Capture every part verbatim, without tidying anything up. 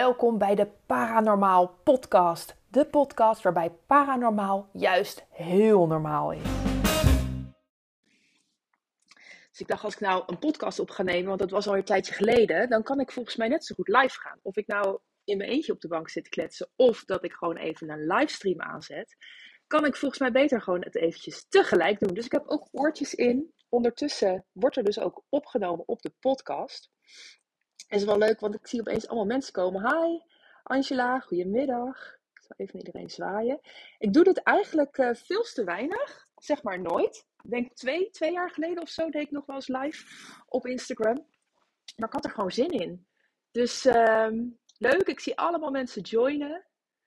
welkom bij de Paranormaal podcast. De podcast waarbij paranormaal juist heel normaal is. Dus ik dacht, als ik nou een podcast op ga nemen, want dat was al een tijdje geleden, dan kan ik volgens mij net zo goed live gaan. Of ik nou in mijn eentje op de bank zit te kletsen, of dat ik gewoon even een livestream aanzet, kan ik volgens mij beter gewoon het eventjes tegelijk doen. Dus ik heb ook oortjes in. Ondertussen wordt er dus ook opgenomen op de podcast. Het is wel leuk, want ik zie opeens allemaal mensen komen. Hi, Angela, goedemiddag. Ik zal even iedereen zwaaien. Ik doe dit eigenlijk uh, veel te weinig. Zeg maar nooit. Ik denk twee, twee jaar geleden of zo deed ik nog wel eens live op Instagram. Maar ik had er gewoon zin in. Dus um, leuk, ik zie allemaal mensen joinen.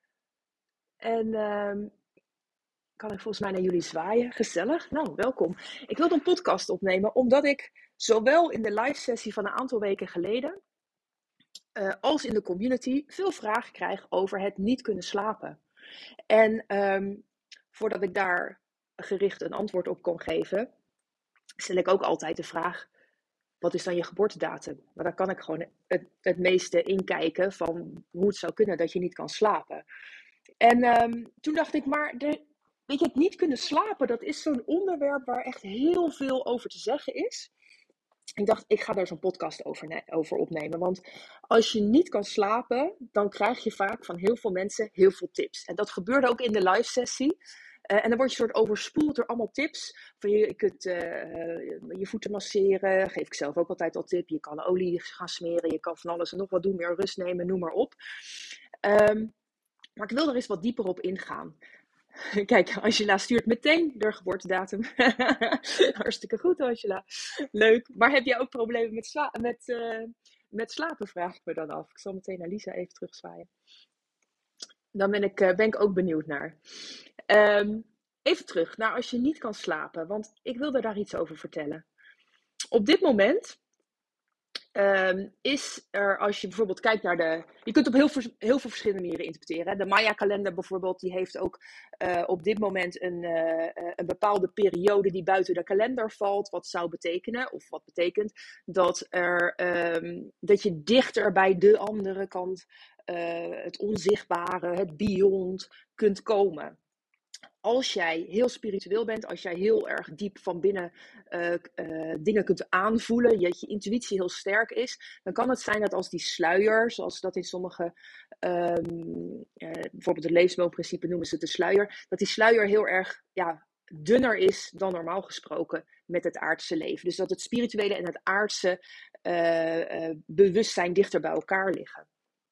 En um, kan ik volgens mij naar jullie zwaaien. Gezellig. Nou, welkom. Ik wilde een podcast opnemen, omdat ik zowel in de live sessie van een aantal weken geleden, Uh, als in de community veel vragen krijg over het niet kunnen slapen. En um, voordat ik daar gericht een antwoord op kon geven, stel ik ook altijd de vraag: wat is dan je geboortedatum? Maar dan kan ik gewoon het, het meeste inkijken van hoe het zou kunnen dat je niet kan slapen. En um, toen dacht ik, maar de, weet je, het niet kunnen slapen, dat is zo'n onderwerp waar echt heel veel over te zeggen is. Ik dacht, ik ga daar zo'n podcast over, over opnemen. Want als je niet kan slapen, dan krijg je vaak van heel veel mensen heel veel tips. En dat gebeurde ook in de live sessie. Uh, en dan word je soort overspoeld door allemaal tips. Van je, je kunt uh, je voeten masseren, geef ik zelf ook altijd al tip. Je kan olie gaan smeren, je kan van alles en nog wat doen, meer rust nemen, noem maar op. Um, maar ik wil er eens wat dieper op ingaan. Kijk, Angela stuurt meteen de geboortedatum. Hartstikke goed, Angela. Leuk. Maar heb jij ook problemen met, sla- met, uh, met slapen, vraag ik me dan af. Ik zal meteen naar Lisa even terugzwaaien. Dan ben ik, uh, ben ik ook benieuwd naar. Um, even terug naar als je niet kan slapen. Want ik wilde daar iets over vertellen. Op dit moment Um, is er, als je bijvoorbeeld kijkt naar de... Je kunt op heel, heel veel verschillende manieren interpreteren. De Maya-kalender bijvoorbeeld, die heeft ook uh, op dit moment een, uh, een bepaalde periode die buiten de kalender valt. Wat zou betekenen, of wat betekent, dat, er, um, dat je dichter bij de andere kant, uh, het onzichtbare, het beyond, kunt komen. Als jij heel spiritueel bent, als jij heel erg diep van binnen uh, uh, dingen kunt aanvoelen, dat je intuïtie heel sterk is, dan kan het zijn dat als die sluier, zoals dat in sommige, um, uh, bijvoorbeeld het levensboomprincipe noemen ze het de sluier, dat die sluier heel erg ja, dunner is dan normaal gesproken met het aardse leven. Dus dat het spirituele en het aardse uh, uh, bewustzijn dichter bij elkaar liggen.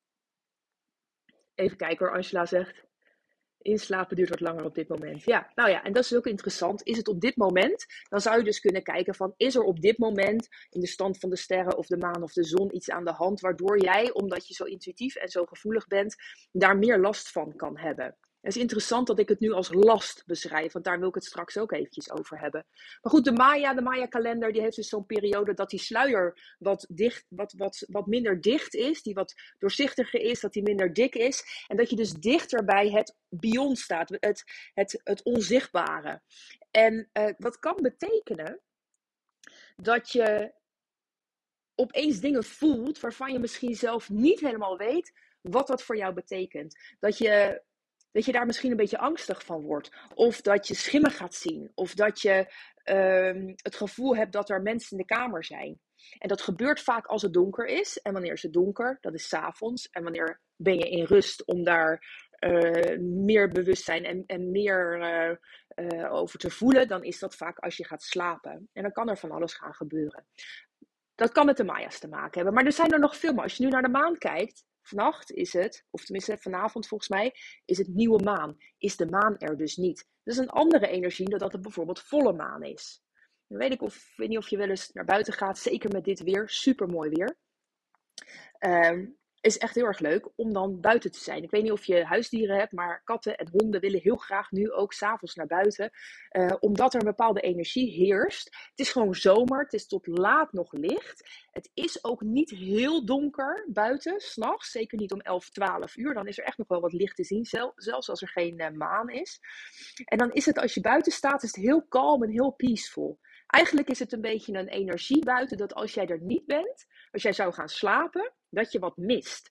Even kijken hoor, Angela zegt. Inslapen duurt wat langer op dit moment. Ja, nou ja, en dat is ook interessant. Is het op dit moment? Dan zou je dus kunnen kijken van, is er op dit moment in de stand van de sterren of de maan of de zon iets aan de hand, waardoor jij, omdat je zo intuïtief en zo gevoelig bent, daar meer last van kan hebben. Het is interessant dat ik het nu als last beschrijf, want daar wil ik het straks ook eventjes over hebben. Maar goed, de Maya, de Maya-kalender, die heeft dus zo'n periode dat die sluier wat, dicht, wat, wat, wat minder dicht is, die wat doorzichtiger is, dat die minder dik is. En dat je dus dichter bij het beyond staat, het, het, het onzichtbare. En uh, wat kan betekenen dat je opeens dingen voelt waarvan je misschien zelf niet helemaal weet wat dat voor jou betekent. Dat je... Dat je daar misschien een beetje angstig van wordt. Of dat je schimmen gaat zien. Of dat je uh, het gevoel hebt dat er mensen in de kamer zijn. En dat gebeurt vaak als het donker is. En wanneer is het donker? Dat is 's avonds. En wanneer ben je in rust om daar uh, meer bewustzijn en, en meer uh, uh, over te voelen? Dan is dat vaak als je gaat slapen. En dan kan er van alles gaan gebeuren. Dat kan met de Maya's te maken hebben. Maar er zijn er nog veel meer. Als je nu naar de maan kijkt. Vannacht is het, of tenminste vanavond volgens mij, is het nieuwe maan. Is de maan er dus niet. Dat is een andere energie dan dat het bijvoorbeeld volle maan is. Dan weet ik, of, weet niet of je wel eens naar buiten gaat, zeker met dit weer, super mooi weer. Um, is echt heel erg leuk om dan buiten te zijn. Ik weet niet of je huisdieren hebt, maar katten en honden willen heel graag nu ook 's avonds naar buiten. Uh, omdat er een bepaalde energie heerst. Het is gewoon zomer, het is tot laat nog licht. Het is ook niet heel donker buiten, 's nachts. Zeker niet om elf, twaalf uur. Dan is er echt nog wel wat licht te zien, zel- zelfs als er geen uh, maan is. En dan is het, als je buiten staat, is het heel kalm en heel peaceful. Eigenlijk is het een beetje een energie buiten, dat als jij er niet bent, als jij zou gaan slapen, dat je wat mist.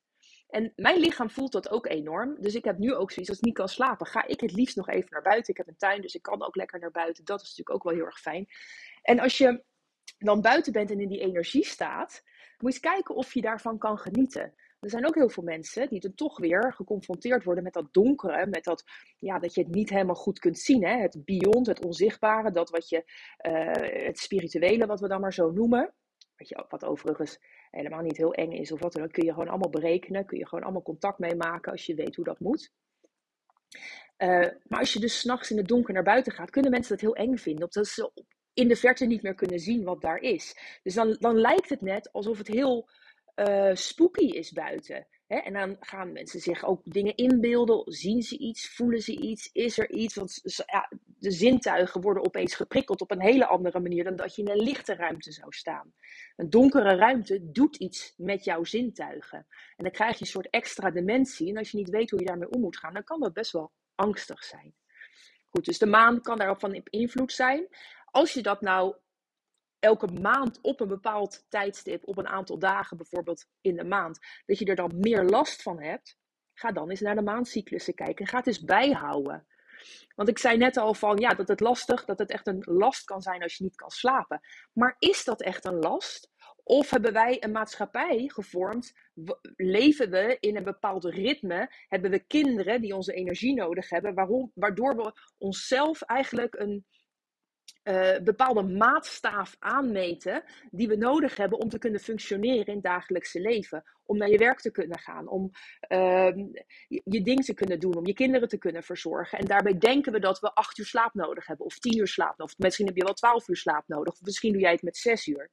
En mijn lichaam voelt dat ook enorm. Dus ik heb nu ook zoiets, als ik niet kan slapen, ga ik het liefst nog even naar buiten. Ik heb een tuin, dus ik kan ook lekker naar buiten. Dat is natuurlijk ook wel heel erg fijn. En als je dan buiten bent en in die energie staat, moet je eens kijken of je daarvan kan genieten. Er zijn ook heel veel mensen die dan toch weer geconfronteerd worden met dat donkere, met dat, ja, dat je het niet helemaal goed kunt zien. Hè? Het beyond, het onzichtbare, dat wat je, uh, het spirituele, wat we dan maar zo noemen. Wat, je, wat overigens helemaal niet heel eng is of wat dan ook, kun je gewoon allemaal berekenen, kun je gewoon allemaal contact mee maken als je weet hoe dat moet. Uh, maar als je dus 's nachts in het donker naar buiten gaat, kunnen mensen dat heel eng vinden, omdat ze in de verte niet meer kunnen zien wat daar is. Dus dan, dan lijkt het net alsof het heel uh, spooky is buiten. Hè? En dan gaan mensen zich ook dingen inbeelden. Zien ze iets? Voelen ze iets? Is er iets? Want ja, de zintuigen worden opeens geprikkeld op een hele andere manier dan dat je in een lichte ruimte zou staan. Een donkere ruimte doet iets met jouw zintuigen. En dan krijg je een soort extra dimensie. En als je niet weet hoe je daarmee om moet gaan, dan kan dat best wel angstig zijn. Goed, dus de maan kan daarop van invloed zijn. Als je dat nou elke maand op een bepaald tijdstip, op een aantal dagen bijvoorbeeld in de maand, dat je er dan meer last van hebt, ga dan eens naar de maandcyclussen kijken. Ga het eens bijhouden. Want ik zei net al van, ja, dat het lastig, dat het echt een last kan zijn als je niet kan slapen. Maar is dat echt een last? Of hebben wij een maatschappij gevormd, leven we in een bepaald ritme, hebben we kinderen die onze energie nodig hebben, waarom, waardoor we onszelf eigenlijk een uh, bepaalde maatstaaf aanmeten die we nodig hebben om te kunnen functioneren in het dagelijkse leven. Om naar je werk te kunnen gaan, om uh, je, je ding te kunnen doen, om je kinderen te kunnen verzorgen. En daarbij denken we dat we acht uur slaap nodig hebben, of tien uur slaap nodig, of misschien heb je wel twaalf uur slaap nodig, of misschien doe jij het met zes uur.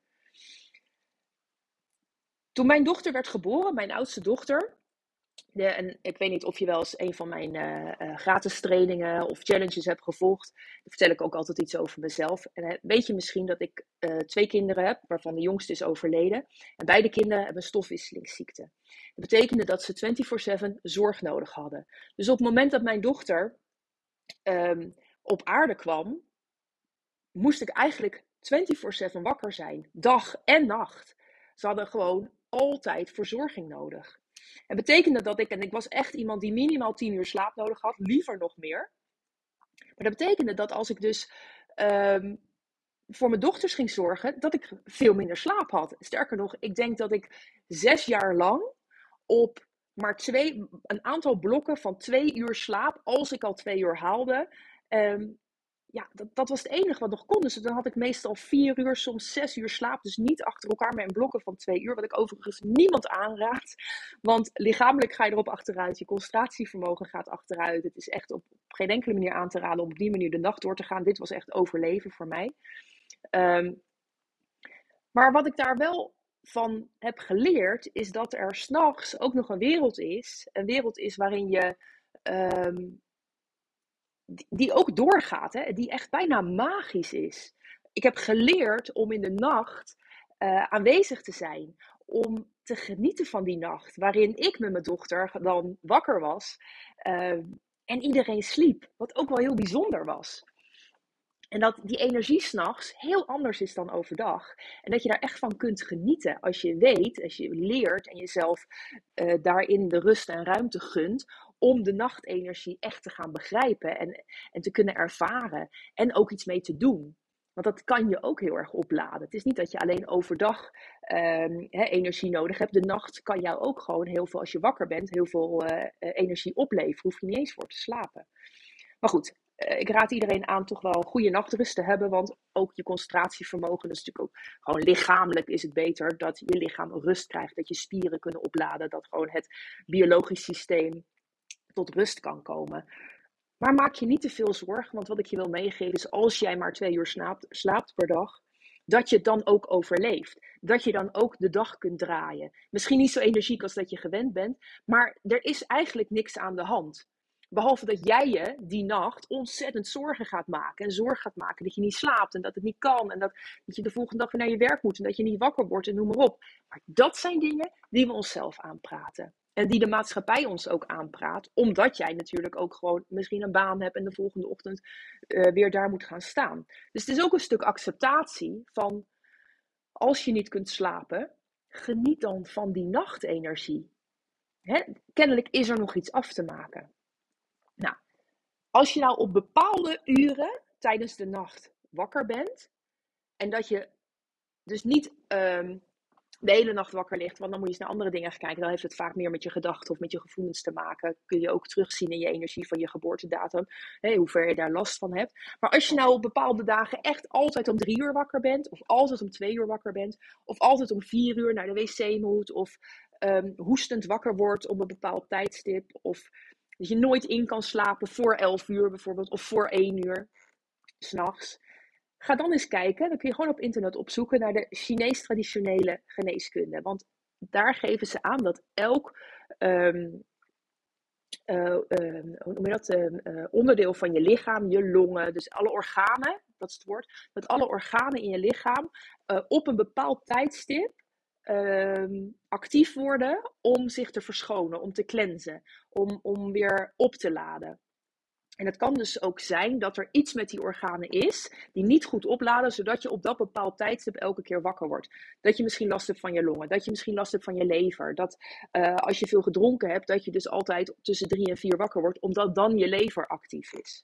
Toen mijn dochter werd geboren, mijn oudste dochter, de, en ik weet niet of je wel eens een van mijn uh, uh, gratis trainingen of challenges hebt gevolgd. Daar vertel ik ook altijd iets over mezelf. En uh, weet je misschien dat ik uh, twee kinderen heb, waarvan de jongste is overleden. En beide kinderen hebben een stofwisselingsziekte. Dat betekende dat ze vierentwintig zeven zorg nodig hadden. Dus op het moment dat mijn dochter um, op aarde kwam, moest ik eigenlijk vierentwintig zeven wakker zijn. Dag en nacht. Ze hadden gewoon altijd verzorging nodig. Het betekende dat ik, en ik was echt iemand die minimaal tien uur slaap nodig had, liever nog meer. Maar dat betekende dat als ik dus um, voor mijn dochters ging zorgen, dat ik veel minder slaap had. Sterker nog, ik denk dat ik zes jaar lang op maar twee, een aantal blokken van twee uur slaap, als ik al twee uur haalde, um, ja, dat, dat was het enige wat nog kon. Dus dan had ik meestal vier uur, soms zes uur slaap. Dus niet achter elkaar, maar in blokken van twee uur. Wat ik overigens niemand aanraad. Want lichamelijk ga je erop achteruit. Je concentratievermogen gaat achteruit. Het is echt op geen enkele manier aan te raden om op die manier de nacht door te gaan. Dit was echt overleven voor mij. Um, maar wat ik daar wel van heb geleerd, is dat er 's nachts ook nog een wereld is. Een wereld is waarin je... Um, die ook doorgaat, hè? Die echt bijna magisch is. Ik heb geleerd om in de nacht uh, aanwezig te zijn. Om te genieten van die nacht. Waarin ik met mijn dochter dan wakker was. Uh, en iedereen sliep. Wat ook wel heel bijzonder was. En dat die energie 's nachts heel anders is dan overdag. En dat je daar echt van kunt genieten. Als je weet, als je leert en jezelf uh, daarin de rust en ruimte gunt. Om de nachtenergie echt te gaan begrijpen en, en te kunnen ervaren. En ook iets mee te doen. Want dat kan je ook heel erg opladen. Het is niet dat je alleen overdag um, he, energie nodig hebt. De nacht kan jou ook gewoon heel veel, als je wakker bent, heel veel uh, energie opleveren. Hoef je niet eens voor te slapen. Maar goed, uh, ik raad iedereen aan toch wel goede nachtrust te hebben. Want ook je concentratievermogen, dat is natuurlijk ook gewoon lichamelijk is het beter. Dat je lichaam rust krijgt, dat je spieren kunnen opladen. Dat gewoon het biologisch systeem tot rust kan komen. Maar maak je niet te veel zorgen, want wat ik je wil meegeven is, als jij maar twee uur slaapt, slaapt per dag, dat je het dan ook overleeft. Dat je dan ook de dag kunt draaien. Misschien niet zo energiek als dat je gewend bent, maar er is eigenlijk niks aan de hand. Behalve dat jij je die nacht ontzettend zorgen gaat maken. En zorg gaat maken dat je niet slaapt en dat het niet kan. En dat, dat je de volgende dag weer naar je werk moet en dat je niet wakker wordt en noem maar op. Maar dat zijn dingen die we onszelf aanpraten. En die de maatschappij ons ook aanpraat. Omdat jij natuurlijk ook gewoon misschien een baan hebt en de volgende ochtend uh, weer daar moet gaan staan. Dus het is ook een stuk acceptatie van, als je niet kunt slapen, geniet dan van die nachtenergie. Hè, kennelijk is er nog iets af te maken. Nou, als je nou op bepaalde uren tijdens de nacht wakker bent en dat je dus niet um, de hele nacht wakker ligt, want dan moet je eens naar andere dingen gaan kijken. Dan heeft het vaak meer met je gedachten of met je gevoelens te maken. Kun je ook terugzien in je energie van je geboortedatum, hè, hoe ver je daar last van hebt. Maar als je nou op bepaalde dagen echt altijd om drie uur wakker bent, of altijd om twee uur wakker bent, of altijd om vier uur naar de wc moet, of um, hoestend wakker wordt op een bepaald tijdstip, of dat je nooit in kan slapen voor elf uur bijvoorbeeld, of voor één uur 's nachts. Ga dan eens kijken, dan kun je gewoon op internet opzoeken naar de Chinees traditionele geneeskunde. Want daar geven ze aan dat elk um, uh, um, hoe noem je dat, um, uh, onderdeel van je lichaam, je longen, dus alle organen, dat is het woord, dat alle organen in je lichaam uh, op een bepaald tijdstip um, actief worden om zich te verschonen, om te cleansen, om, om weer op te laden. En het kan dus ook zijn dat er iets met die organen is die niet goed opladen, zodat je op dat bepaald tijdstip elke keer wakker wordt. Dat je misschien last hebt van je longen, dat je misschien last hebt van je lever. Dat uh, als je veel gedronken hebt, dat je dus altijd tussen drie en vier wakker wordt, omdat dan je lever actief is.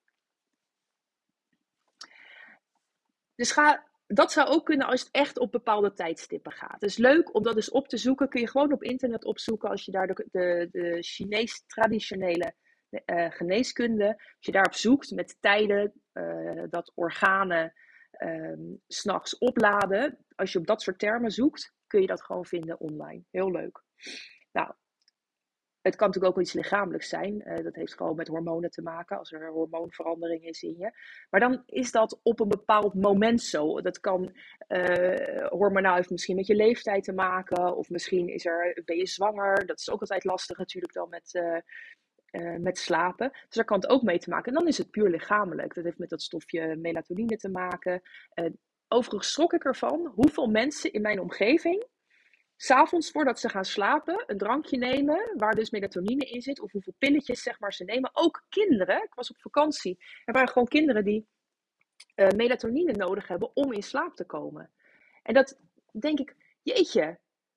Dus ga, dat zou ook kunnen als het echt op bepaalde tijdstippen gaat. Dus leuk om dat eens op te zoeken. Kun je gewoon op internet opzoeken als je daar de, de, de Chinees traditionele Uh, geneeskunde, als je daarop zoekt met tijden uh, dat organen uh, 's nachts opladen, als je op dat soort termen zoekt, kun je dat gewoon vinden online. Heel leuk. Nou, het kan natuurlijk ook iets lichamelijks zijn. Uh, dat heeft gewoon met hormonen te maken, als er hormoonverandering is in je. Maar dan is dat op een bepaald moment zo. Dat kan uh, hormonaal heeft misschien met je leeftijd te maken, of misschien is er, ben je zwanger. Dat is ook altijd lastig natuurlijk dan met Uh, Uh, met slapen. Dus daar kan het ook mee te maken. En dan is het puur lichamelijk. Dat heeft met dat stofje melatonine te maken. Uh, overigens schrok ik ervan hoeveel mensen in mijn omgeving 's avonds voordat ze gaan slapen een drankje nemen waar dus melatonine in zit. Of hoeveel pilletjes zeg maar ze nemen. Ook kinderen. Ik was op vakantie. Er waren gewoon kinderen die uh, melatonine nodig hebben om in slaap te komen. En dat denk ik, jeetje.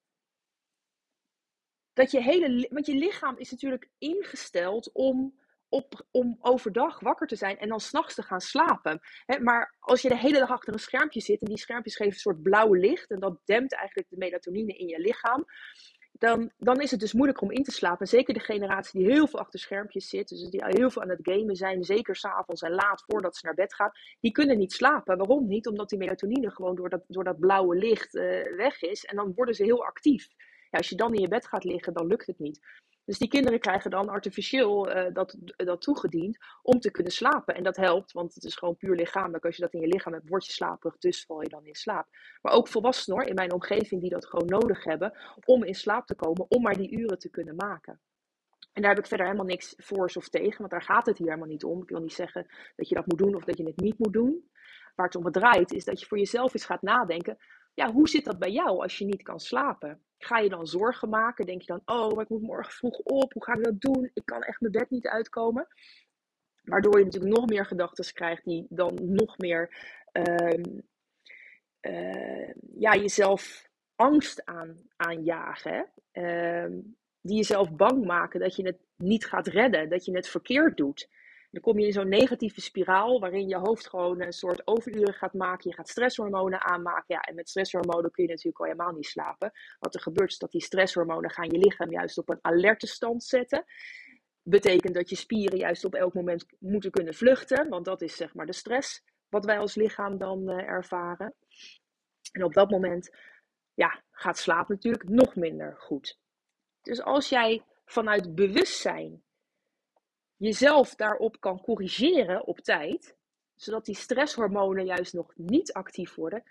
Dat je hele, want je lichaam is natuurlijk ingesteld om, op, om overdag wakker te zijn en dan 's nachts te gaan slapen. He, maar als je de hele dag achter een schermpje zit en die schermpjes geven een soort blauwe licht en dat dempt eigenlijk de melatonine in je lichaam, dan, dan is het dus moeilijk om in te slapen. Zeker de generatie die heel veel achter schermpjes zit, dus die heel veel aan het gamen zijn, zeker 's avonds en laat voordat ze naar bed gaan, die kunnen niet slapen. Waarom niet? Omdat die melatonine gewoon door dat, door dat blauwe licht uh, weg is en dan worden ze heel actief. Ja, als je dan in je bed gaat liggen, dan lukt het niet. Dus die kinderen krijgen dan artificieel uh, dat, dat toegediend om te kunnen slapen. En dat helpt, want het is gewoon puur lichamelijk. Als je dat in je lichaam hebt, word je slaperig, dus val je dan in slaap. Maar ook volwassenen hoor, in mijn omgeving die dat gewoon nodig hebben om in slaap te komen, om maar die uren te kunnen maken. En daar heb ik verder helemaal niks voor of tegen, want daar gaat het hier helemaal niet om. Ik wil niet zeggen dat je dat moet doen of dat je het niet moet doen. Waar het om draait is dat je voor jezelf eens gaat nadenken. Ja, hoe zit dat bij jou als je niet kan slapen? Ga je dan zorgen maken? Denk je dan, oh, maar ik moet morgen vroeg op. Hoe ga ik dat doen? Ik kan echt mijn bed niet uitkomen. Waardoor je natuurlijk nog meer gedachten krijgt die dan nog meer uh, uh, ja, jezelf angst aan, aanjagen. Hè? Uh, die jezelf bang maken dat je het niet gaat redden. Dat je het verkeerd doet. Dan kom je in zo'n negatieve spiraal waarin je hoofd gewoon een soort overuren gaat maken. Je gaat stresshormonen aanmaken. Ja, en met stresshormonen kun je natuurlijk al helemaal niet slapen. Wat er gebeurt is dat die stresshormonen gaan je lichaam juist op een alerte stand zetten. Betekent dat je spieren juist op elk moment moeten kunnen vluchten. Want dat is zeg maar de stress wat wij als lichaam dan uh, ervaren. En op dat moment ja, gaat slaap natuurlijk nog minder goed. Dus als jij vanuit bewustzijn jezelf daarop kan corrigeren op tijd, zodat die stresshormonen juist nog niet actief worden,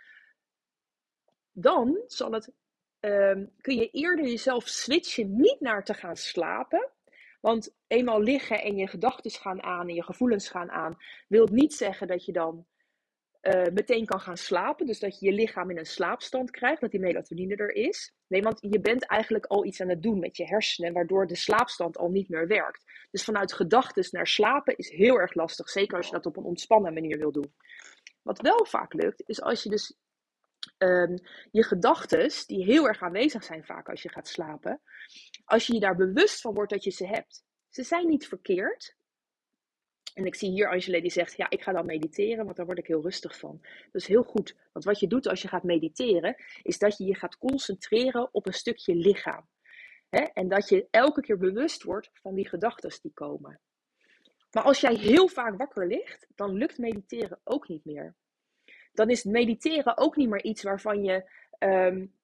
dan zal het, um, kun je eerder jezelf switchen niet naar te gaan slapen. Want eenmaal liggen en je gedachten gaan aan en je gevoelens gaan aan, wil niet zeggen dat je dan uh, meteen kan gaan slapen. Dus dat je je lichaam in een slaapstand krijgt, dat die melatonine er is. Nee, want je bent eigenlijk al iets aan het doen met je hersenen, waardoor de slaapstand al niet meer werkt. Dus vanuit gedachten naar slapen is heel erg lastig, zeker als je dat op een ontspannen manier wil doen. Wat wel vaak lukt, is als je dus Um, je gedachtes, die heel erg aanwezig zijn vaak als je gaat slapen, als je je daar bewust van wordt dat je ze hebt. Ze zijn niet verkeerd. En ik zie hier Angela die zegt, ja, ik ga dan mediteren, want daar word ik heel rustig van. Dat is heel goed. Want wat je doet als je gaat mediteren, is dat je je gaat concentreren op een stukje lichaam. Hè? En dat je elke keer bewust wordt van die gedachten die komen. Maar als jij heel vaak wakker ligt, dan lukt mediteren ook niet meer. Dan is mediteren ook niet meer iets waarvan je, um,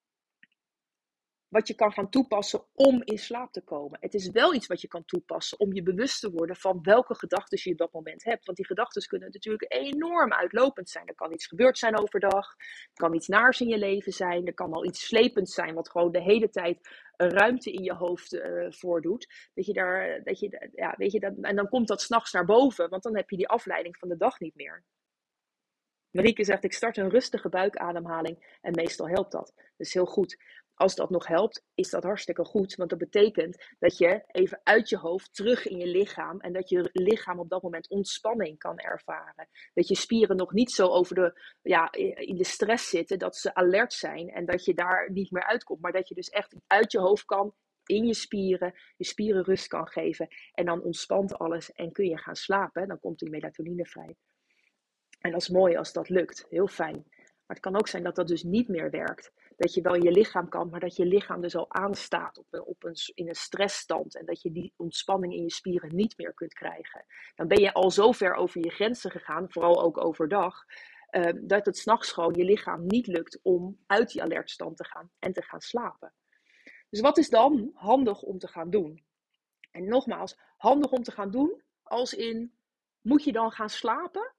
wat je kan gaan toepassen om in slaap te komen. Het is wel iets wat je kan toepassen om je bewust te worden van welke gedachten je op dat moment hebt. Want die gedachten kunnen natuurlijk enorm uitlopend zijn. Er kan iets gebeurd zijn overdag, er kan iets naars in je leven zijn, er kan al iets slepends zijn wat gewoon de hele tijd een ruimte in je hoofd uh, voordoet. Dat je daar, dat je, ja, weet je, dat, en dan komt dat 's nachts naar boven, want dan heb je die afleiding van de dag niet meer. Marieke zegt, ik start een rustige buikademhaling en meestal helpt dat. Dat is heel goed. Als dat nog helpt, is dat hartstikke goed. Want dat betekent dat je even uit je hoofd terug in je lichaam en dat je lichaam op dat moment ontspanning kan ervaren. Dat je spieren nog niet zo over de, ja, in de stress zitten, dat ze alert zijn en dat je daar niet meer uitkomt. Maar dat je dus echt uit je hoofd kan, in je spieren, je spieren rust kan geven. En dan ontspant alles en kun je gaan slapen. Dan komt die melatonine vrij. En dat is mooi als dat lukt. Heel fijn. Maar het kan ook zijn dat dat dus niet meer werkt. Dat je wel in je lichaam kan, maar dat je lichaam dus al aanstaat op een, op een, in een stressstand. En dat je die ontspanning in je spieren niet meer kunt krijgen. Dan ben je al zo ver over je grenzen gegaan, vooral ook overdag. Uh, dat het 's nachts gewoon je lichaam niet lukt om uit die alertstand te gaan en te gaan slapen. Dus wat is dan handig om te gaan doen? En nogmaals, handig om te gaan doen als in, moet je dan gaan slapen?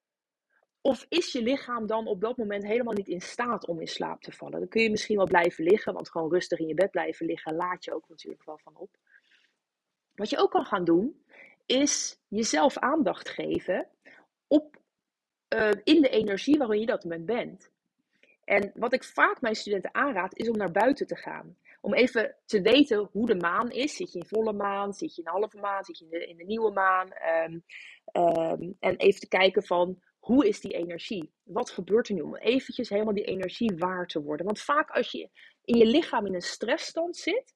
Of is je lichaam dan op dat moment helemaal niet in staat om in slaap te vallen? Dan kun je misschien wel blijven liggen, want gewoon rustig in je bed blijven liggen laat je ook natuurlijk wel van op. Wat je ook kan gaan doen, is jezelf aandacht geven op, uh, in de energie waarin je dat moment bent. En wat ik vaak mijn studenten aanraad, is om naar buiten te gaan. Om even te weten hoe de maan is. Zit je in volle maan? Zit je in halve maan? Zit je in de, in de nieuwe maan? Um, um, en even te kijken van, hoe is die energie? Wat gebeurt er nu? Om eventjes helemaal die energie waar te worden. Want vaak als je in je lichaam in een stressstand zit,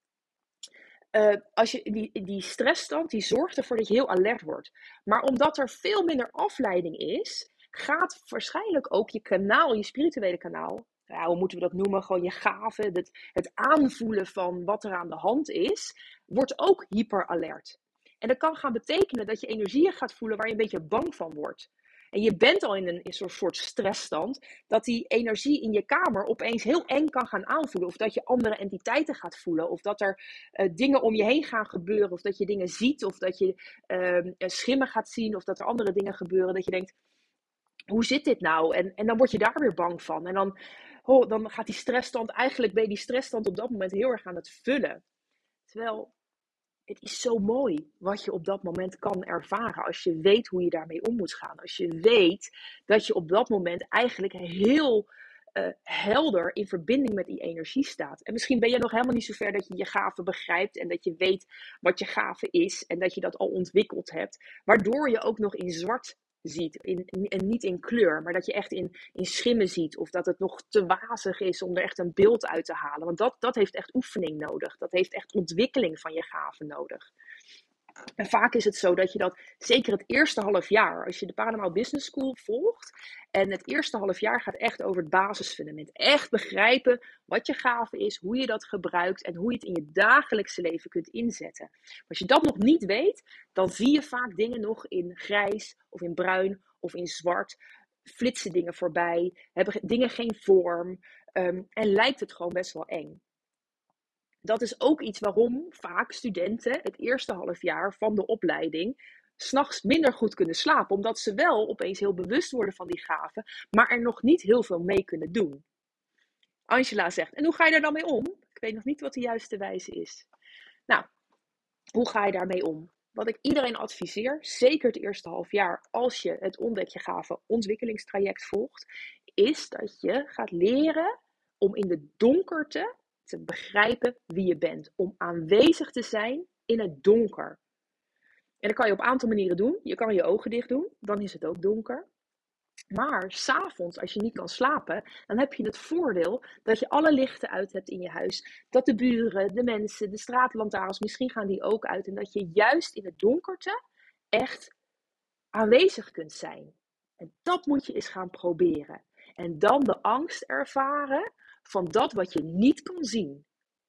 Uh, als je, die, die stressstand die zorgt ervoor dat je heel alert wordt. Maar omdat er veel minder afleiding is, gaat waarschijnlijk ook je kanaal, je spirituele kanaal, ja, hoe moeten we dat noemen, gewoon je gave, het, het aanvoelen van wat er aan de hand is, wordt ook hyperalert. En dat kan gaan betekenen dat je energieën gaat voelen waar je een beetje bang van wordt. En je bent al in een, in een soort stressstand, dat die energie in je kamer opeens heel eng kan gaan aanvoelen. Of dat je andere entiteiten gaat voelen. Of dat er uh, dingen om je heen gaan gebeuren. Of dat je dingen ziet. Of dat je uh, schimmen gaat zien. Of dat er andere dingen gebeuren. Dat je denkt, hoe zit dit nou? En, en dan word je daar weer bang van. En dan, oh, dan gaat die stressstand, eigenlijk ben je die stressstand op dat moment heel erg aan het vullen. Terwijl, het is zo mooi wat je op dat moment kan ervaren als je weet hoe je daarmee om moet gaan. Als je weet dat je op dat moment eigenlijk heel uh, helder in verbinding met die energie staat. En misschien ben je nog helemaal niet zo ver dat je je gave begrijpt en dat je weet wat je gave is en dat je dat al ontwikkeld hebt. Waardoor je ook nog in zwart ziet in, in, en niet in kleur, maar dat je echt in, in schimmen ziet of dat het nog te wazig is om er echt een beeld uit te halen. Want dat, dat heeft echt oefening nodig. Dat heeft echt ontwikkeling van je gaven nodig. En vaak is het zo dat je dat, zeker het eerste half jaar, als je de Paranormal Business School volgt, en het eerste half jaar gaat echt over het basisfundament. Echt begrijpen wat je gave is, hoe je dat gebruikt en hoe je het in je dagelijkse leven kunt inzetten. Maar als je dat nog niet weet, dan zie je vaak dingen nog in grijs of in bruin of in zwart. Flitsen dingen voorbij, hebben dingen geen vorm um, en lijkt het gewoon best wel eng. Dat is ook iets waarom vaak studenten het eerste half jaar van de opleiding 's nachts minder goed kunnen slapen. Omdat ze wel opeens heel bewust worden van die gaven, maar er nog niet heel veel mee kunnen doen. Angela zegt, en hoe ga je daar dan mee om? Ik weet nog niet wat de juiste wijze is. Nou, hoe ga je daarmee om? Wat ik iedereen adviseer, zeker het eerste half jaar, als je het Ontdek je Gave ontwikkelingstraject volgt, is dat je gaat leren om in de donkerte te begrijpen wie je bent. Om aanwezig te zijn in het donker. En dat kan je op een aantal manieren doen. Je kan je ogen dicht doen, dan is het ook donker. Maar 's avonds, als je niet kan slapen, dan heb je het voordeel dat je alle lichten uit hebt in je huis. Dat de buren, de mensen, de straatlantaarns, misschien gaan die ook uit. En dat je juist in het donkerte echt aanwezig kunt zijn. En dat moet je eens gaan proberen. En dan de angst ervaren van dat wat je niet kan zien.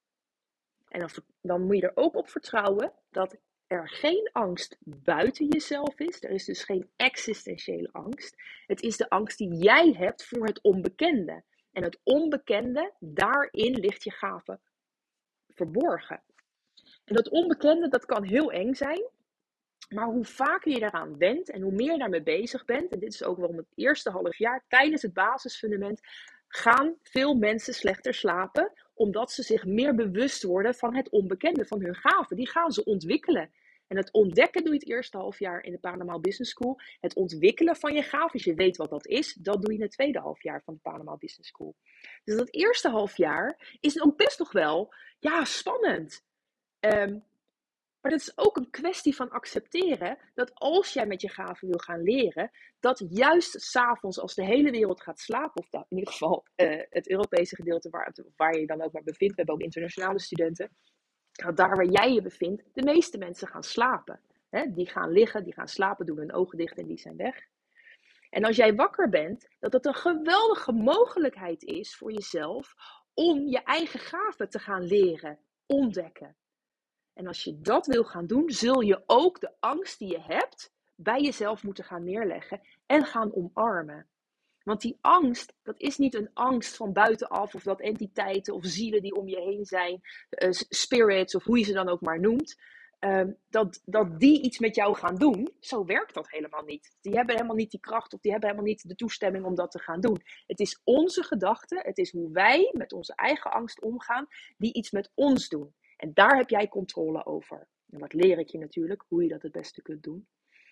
En dan, dan moet je er ook op vertrouwen dat er geen angst buiten jezelf is. Er is dus geen existentiële angst. Het is de angst die jij hebt voor het onbekende. En het onbekende, daarin ligt je gave verborgen. En dat onbekende, dat kan heel eng zijn. Maar hoe vaker je daaraan went en hoe meer je daarmee bezig bent, en dit is ook wel om het eerste half jaar, tijdens het basisfundament, gaan veel mensen slechter slapen, omdat ze zich meer bewust worden van het onbekende, van hun gaven. Die gaan ze ontwikkelen. En het ontdekken doe je het eerste half jaar in de Panama Business School. Het ontwikkelen van je gaven, als je weet wat dat is, dat doe je in het tweede half jaar van de Panama Business School. Dus dat eerste half jaar is ook best nog wel, ja, spannend. Um, Maar het is ook een kwestie van accepteren dat als jij met je gaven wil gaan leren, dat juist 's avonds als de hele wereld gaat slapen, of dat in ieder geval uh, het Europese gedeelte waar, waar je je dan ook maar bevindt, we hebben ook internationale studenten, dat daar waar jij je bevindt, de meeste mensen gaan slapen. He, die gaan liggen, die gaan slapen, doen hun ogen dicht en die zijn weg. En als jij wakker bent, dat het een geweldige mogelijkheid is voor jezelf om je eigen gaven te gaan leren, ontdekken. En als je dat wil gaan doen, zul je ook de angst die je hebt bij jezelf moeten gaan neerleggen en gaan omarmen. Want die angst, dat is niet een angst van buitenaf of dat entiteiten of zielen die om je heen zijn, uh, spirits of hoe je ze dan ook maar noemt, uh, dat, dat die iets met jou gaan doen. Zo werkt dat helemaal niet. Die hebben helemaal niet die kracht of die hebben helemaal niet de toestemming om dat te gaan doen. Het is onze gedachte, het is hoe wij met onze eigen angst omgaan, die iets met ons doen. En daar heb jij controle over. En dat leer ik je natuurlijk, hoe je dat het beste kunt doen.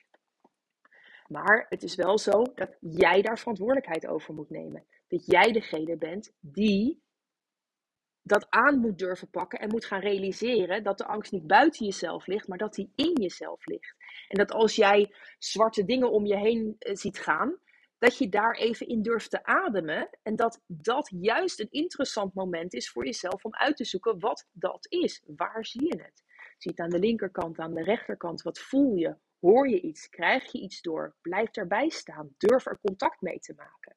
Maar het is wel zo dat jij daar verantwoordelijkheid over moet nemen. Dat jij degene bent die dat aan moet durven pakken en moet gaan realiseren dat de angst niet buiten jezelf ligt, maar dat die in jezelf ligt. En dat als jij zwarte dingen om je heen ziet gaan, dat je daar even in durft te ademen en dat dat juist een interessant moment is voor jezelf om uit te zoeken wat dat is. Waar zie je het? Zie je het aan de linkerkant, aan de rechterkant? Wat voel je? Hoor je iets? Krijg je iets door? Blijf daarbij staan. Durf er contact mee te maken.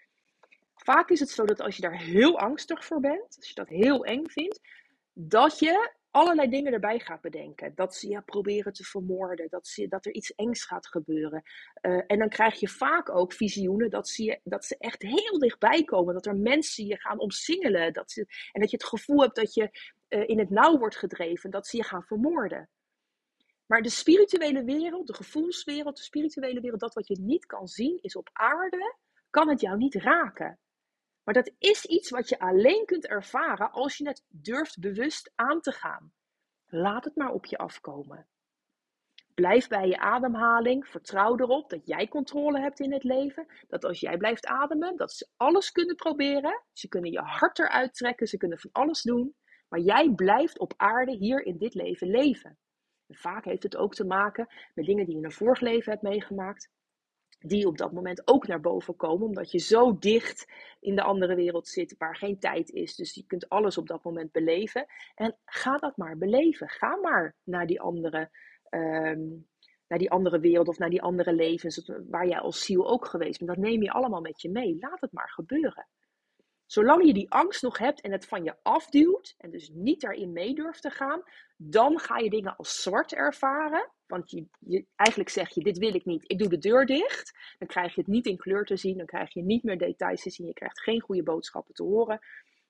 Vaak is het zo dat als je daar heel angstig voor bent, als je dat heel eng vindt, dat je allerlei dingen erbij gaat bedenken. Dat ze je proberen te vermoorden, dat, ze, dat er iets engs gaat gebeuren. Uh, en dan krijg je vaak ook visioenen dat ze, dat ze echt heel dichtbij komen. Dat er mensen je gaan omsingelen. Dat ze, en dat je het gevoel hebt dat je uh, in het nauw wordt gedreven, dat ze je gaan vermoorden. Maar de spirituele wereld, de gevoelswereld, de spirituele wereld, dat wat je niet kan zien, is op aarde, kan het jou niet raken. Maar dat is iets wat je alleen kunt ervaren als je het durft bewust aan te gaan. Laat het maar op je afkomen. Blijf bij je ademhaling. Vertrouw erop dat jij controle hebt in het leven. Dat als jij blijft ademen, dat ze alles kunnen proberen. Ze kunnen je hart eruit trekken. Ze kunnen van alles doen. Maar jij blijft op aarde hier in dit leven leven. En vaak heeft het ook te maken met dingen die je in een vorig leven hebt meegemaakt. Die op dat moment ook naar boven komen, omdat je zo dicht in de andere wereld zit, waar geen tijd is. Dus je kunt alles op dat moment beleven. En ga dat maar beleven. Ga maar naar die andere, um, naar die andere wereld of naar die andere levens, waar jij als ziel ook geweest bent. Dat neem je allemaal met je mee. Laat het maar gebeuren. Zolang je die angst nog hebt en het van je afduwt en dus niet daarin mee durft te gaan, dan ga je dingen als zwart ervaren. Want je, je, eigenlijk zeg je, dit wil ik niet, ik doe de deur dicht. Dan krijg je het niet in kleur te zien, dan krijg je niet meer details te zien, je krijgt geen goede boodschappen te horen.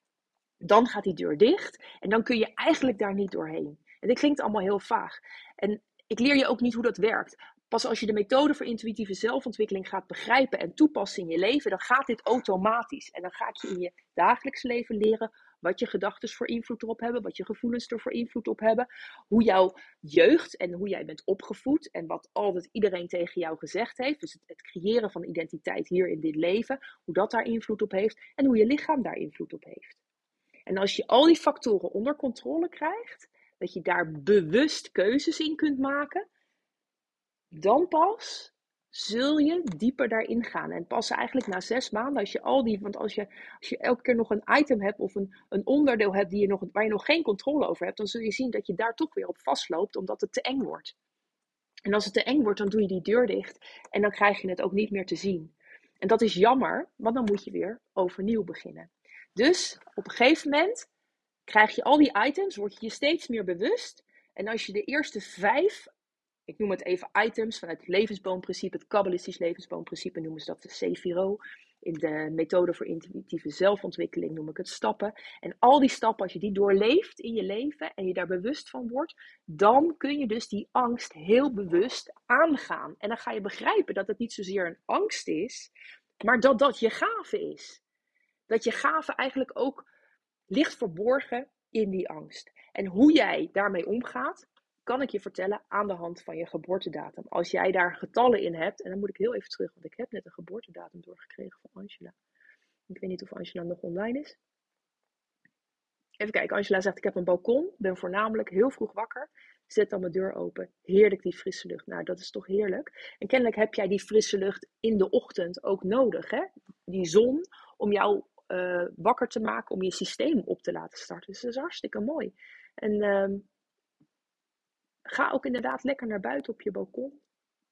Dan gaat die deur dicht en dan kun je eigenlijk daar niet doorheen. En dit klinkt allemaal heel vaag. En ik leer je ook niet hoe dat werkt. Pas als je de methode voor intuïtieve zelfontwikkeling gaat begrijpen en toepassen in je leven, dan gaat dit automatisch. En dan ga ik je in je dagelijks leven leren wat je gedachten voor invloed erop hebben, wat je gevoelens er voor invloed op hebben, hoe jouw jeugd en hoe jij bent opgevoed en wat altijd iedereen tegen jou gezegd heeft. Dus het, het creëren van identiteit hier in dit leven, hoe dat daar invloed op heeft en hoe je lichaam daar invloed op heeft. En als je al die factoren onder controle krijgt, dat je daar bewust keuzes in kunt maken, dan pas zul je dieper daarin gaan. En pas eigenlijk na zes maanden, als je al die, want als je, als je elke keer nog een item hebt of een, een onderdeel hebt die je nog, waar je nog geen controle over hebt, dan zul je zien dat je daar toch weer op vastloopt, omdat het te eng wordt. En als het te eng wordt, dan doe je die deur dicht en dan krijg je het ook niet meer te zien. En dat is jammer, want dan moet je weer overnieuw beginnen. Dus op een gegeven moment krijg je al die items, word je je steeds meer bewust. En als je de eerste vijf, ik noem het even items vanuit het levensboomprincipe, het kabbalistisch levensboomprincipe noemen ze dat de Sefiro. In de methode voor intuïtieve zelfontwikkeling noem ik het stappen. En al die stappen, als je die doorleeft in je leven en je daar bewust van wordt, dan kun je dus die angst heel bewust aangaan. En dan ga je begrijpen dat het niet zozeer een angst is, maar dat dat je gave is. Dat je gave eigenlijk ook ligt verborgen in die angst. En hoe jij daarmee omgaat, kan ik je vertellen aan de hand van je geboortedatum. Als jij daar getallen in hebt, en dan moet ik heel even terug, want ik heb net een geboortedatum doorgekregen van Angela. Ik weet niet of Angela nog online is. Even kijken, Angela zegt, ik heb een balkon, ben voornamelijk heel vroeg wakker, zet dan mijn deur open. Heerlijk die frisse lucht. Nou, dat is toch heerlijk. En kennelijk heb jij die frisse lucht in de ochtend ook nodig, hè? Die zon, om jou uh, wakker te maken, om je systeem op te laten starten. Dus dat is hartstikke mooi. En uh, ga ook inderdaad lekker naar buiten op je balkon.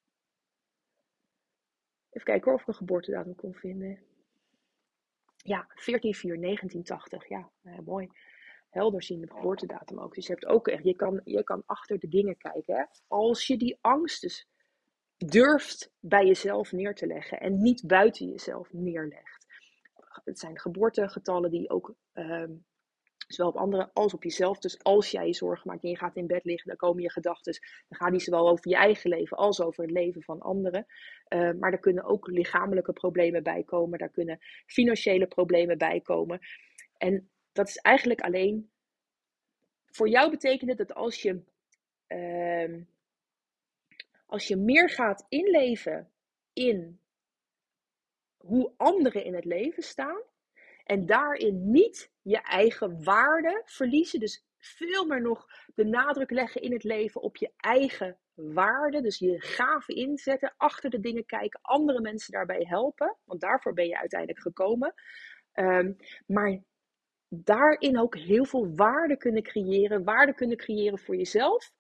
Even kijken hoor, of ik een geboortedatum kon vinden. Ja, veertien vier negentien tachtig. Ja, uh, mooi. Helder zien de geboortedatum ook. Dus je hebt ook echt, je kan, je kan achter de dingen kijken. Hè? Als je die angst dus durft bij jezelf neer te leggen en niet buiten jezelf neerlegt. Het zijn geboortegetallen die ook um, zowel op anderen als op jezelf. Dus als jij je zorgen maakt en je gaat in bed liggen, dan komen je gedachten. Dan gaan die zowel over je eigen leven als over het leven van anderen. Uh, maar er kunnen ook lichamelijke problemen bij komen. Daar kunnen financiële problemen bij komen. En dat is eigenlijk alleen, voor jou betekent het dat als je, uh, als je meer gaat inleven in hoe anderen in het leven staan en daarin niet je eigen waarde verliezen, dus veel meer nog de nadruk leggen in het leven op je eigen waarde, dus je gave inzetten, achter de dingen kijken, andere mensen daarbij helpen, want daarvoor ben je uiteindelijk gekomen, um, maar daarin ook heel veel waarde kunnen creëren, waarde kunnen creëren voor jezelf,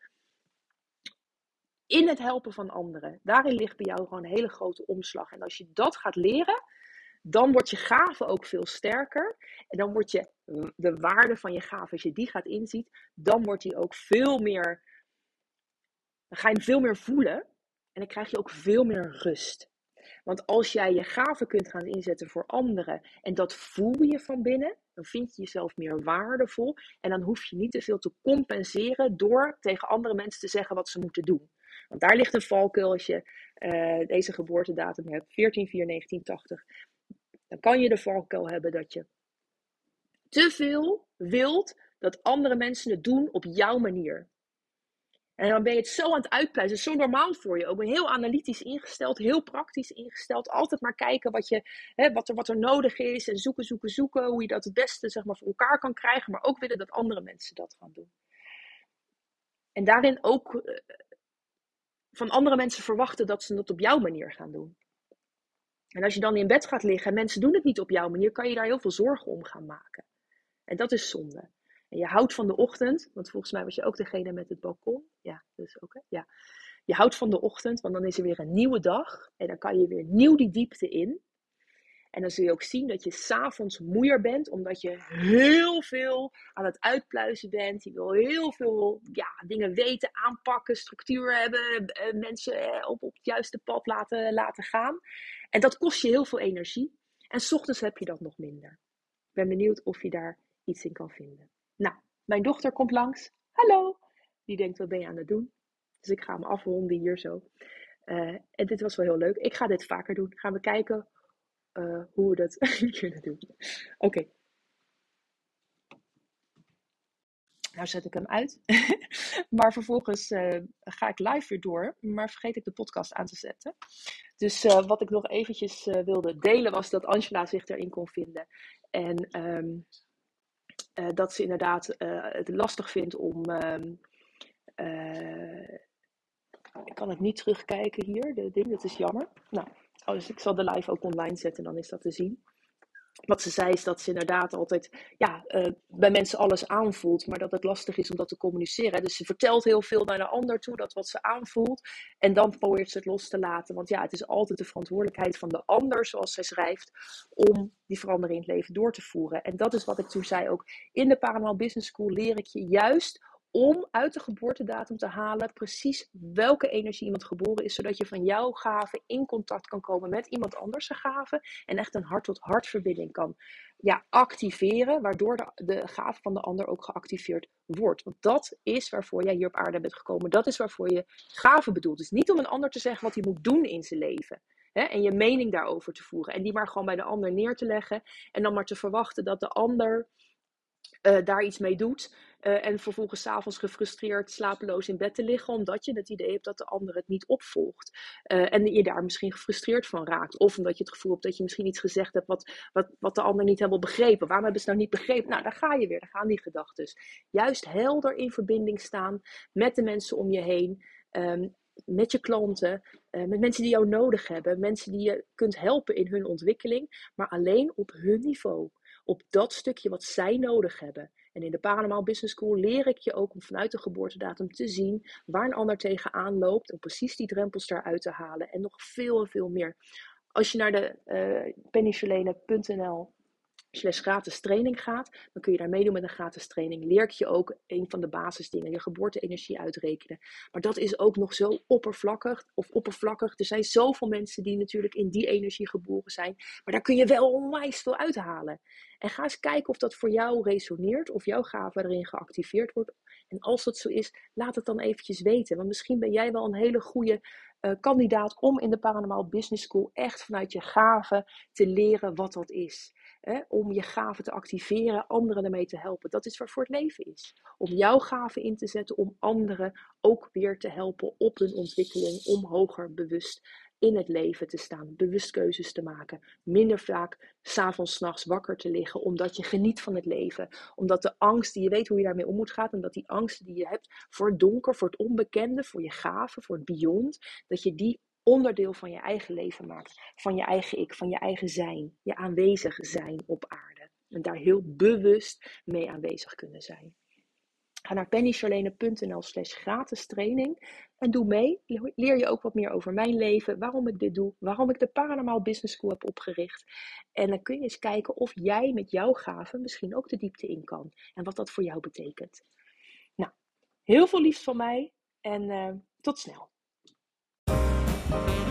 in het helpen van anderen. Daarin ligt bij jou gewoon een hele grote omslag. En als je dat gaat leren, dan wordt je gave ook veel sterker. En dan wordt je de waarde van je gave, als je die gaat inzien, dan wordt die ook veel meer, dan ga je hem veel meer voelen. En dan krijg je ook veel meer rust. Want als jij je gave kunt gaan inzetten voor anderen en dat voel je van binnen, dan vind je jezelf meer waardevol. En dan hoef je niet te veel te compenseren door tegen andere mensen te zeggen wat ze moeten doen. Want daar ligt een valkuil als je uh, deze geboortedatum hebt, veertien vier negentien tachtig. Dan kan je de valkuil hebben dat je te veel wilt dat andere mensen het doen op jouw manier. En dan ben je het zo aan het uitpluizen, zo normaal voor je. Ook heel analytisch ingesteld, heel praktisch ingesteld. Altijd maar kijken wat, je, hè, wat, er, wat er nodig is en zoeken, zoeken, zoeken. Hoe je dat het beste zeg maar, voor elkaar kan krijgen, maar ook willen dat andere mensen dat gaan doen. En daarin ook uh, van andere mensen verwachten dat ze het op jouw manier gaan doen. En als je dan in bed gaat liggen en mensen doen het niet op jouw manier, kan je daar heel veel zorgen om gaan maken. En dat is zonde. En je houdt van de ochtend, want volgens mij was je ook degene met het balkon. Ja, dus ook, hè? Ja. Je houdt van de ochtend, want dan is er weer een nieuwe dag. En dan kan je weer nieuw die diepte in. En dan zul je ook zien dat je 's avonds moeier bent, omdat je heel veel aan het uitpluizen bent. Je wil heel veel ja, dingen weten, aanpakken, structuur hebben, mensen op, op het juiste pad laten, laten gaan. En dat kost je heel veel energie. En 's ochtends heb je dat nog minder. Ik ben benieuwd of je daar iets in kan vinden. Nou, mijn dochter komt langs. Hallo! Die denkt, wat ben je aan het doen? Dus ik ga hem afronden hier zo. Uh, en dit was wel heel leuk. Ik ga dit vaker doen. Gaan we kijken uh, hoe we dat kunnen doen. Oké. Okay. Nou zet ik hem uit. Maar vervolgens uh, ga ik live weer door. Maar vergeet ik de podcast aan te zetten. Dus uh, wat ik nog eventjes uh, wilde delen was dat Angela zich erin kon vinden. En um, uh, dat ze inderdaad uh, het lastig vindt om... Um, uh, Ik kan het niet terugkijken hier, de ding, dat is jammer. Nou, oh, dus ik zal de live ook online zetten, dan is dat te zien. Wat ze zei is dat ze inderdaad altijd ja, uh, bij mensen alles aanvoelt, maar dat het lastig is om dat te communiceren. Dus ze vertelt heel veel naar de ander toe, dat wat ze aanvoelt. En dan probeert ze het los te laten. Want ja, het is altijd de verantwoordelijkheid van de ander, zoals zij schrijft, om die verandering in het leven door te voeren. En dat is wat ik toen zei ook. In de Paranormal Business School leer ik je juist om uit de geboortedatum te halen precies welke energie iemand geboren is, zodat je van jouw gave in contact kan komen met iemand anders' gave en echt een hart-tot-hart verbinding kan ja, activeren, waardoor de, de gave van de ander ook geactiveerd wordt. Want dat is waarvoor jij hier op aarde bent gekomen. Dat is waarvoor je gave bedoelt. Dus niet om een ander te zeggen wat hij moet doen in zijn leven. Hè, en je mening daarover te voeren. En die maar gewoon bij de ander neer te leggen. En dan maar te verwachten dat de ander Uh, daar iets mee doet. Uh, en vervolgens 's avonds gefrustreerd, slapeloos in bed te liggen. Omdat je het idee hebt dat de ander het niet opvolgt. Uh, en je daar misschien gefrustreerd van raakt. Of omdat je het gevoel hebt dat je misschien iets gezegd hebt wat, wat, wat de ander niet helemaal begrepen. Waarom hebben ze het nou niet begrepen? Nou, daar ga je weer. Daar gaan die gedachten. Juist helder in verbinding staan met de mensen om je heen. Um, met je klanten, uh, met mensen die jou nodig hebben. Mensen die je kunt helpen in hun ontwikkeling. Maar alleen op hun niveau. Op dat stukje wat zij nodig hebben. En in de Paranormal Business School leer ik je ook om vanuit de geboortedatum te zien waar een ander tegenaan loopt. Om precies die drempels daaruit te halen. En nog veel en veel meer. Als je naar de uh, pennycharlene punt n l slash gratis training gaat, dan kun je daar meedoen met een gratis training. Leer ik je ook een van de basisdingen, je geboorte-energie uitrekenen. Maar dat is ook nog zo oppervlakkig, of oppervlakkig. Er zijn zoveel mensen die natuurlijk in die energie geboren zijn, maar daar kun je wel onwijs veel uithalen. En ga eens kijken of dat voor jou resoneert, of jouw gave erin geactiveerd wordt. En als dat zo is, laat het dan eventjes weten. Want misschien ben jij wel een hele goede uh, kandidaat om in de Paranormal Business School echt vanuit je gave te leren wat dat is. Hè, om je gave te activeren, anderen ermee te helpen. Dat is waarvoor het leven is. Om jouw gave in te zetten, om anderen ook weer te helpen op hun ontwikkeling, om hoger bewust in het leven te staan, bewust keuzes te maken, minder vaak 's avonds 's nachts wakker te liggen, omdat je geniet van het leven, omdat de angst, die je weet hoe je daarmee om moet gaan, en dat die angsten die je hebt voor het donker, voor het onbekende, voor je gave, voor het beyond, dat je die onderdeel van je eigen leven maakt, van je eigen ik, van je eigen zijn, je aanwezig zijn op aarde. En daar heel bewust mee aanwezig kunnen zijn. Ga naar pennycharlene punt n l slash gratis training en doe mee. Leer je ook wat meer over mijn leven, waarom ik dit doe, waarom ik de Paranormal Business School heb opgericht. En dan kun je eens kijken of jij met jouw gaven misschien ook de diepte in kan. En wat dat voor jou betekent. Nou, heel veel liefst van mij en uh, tot snel.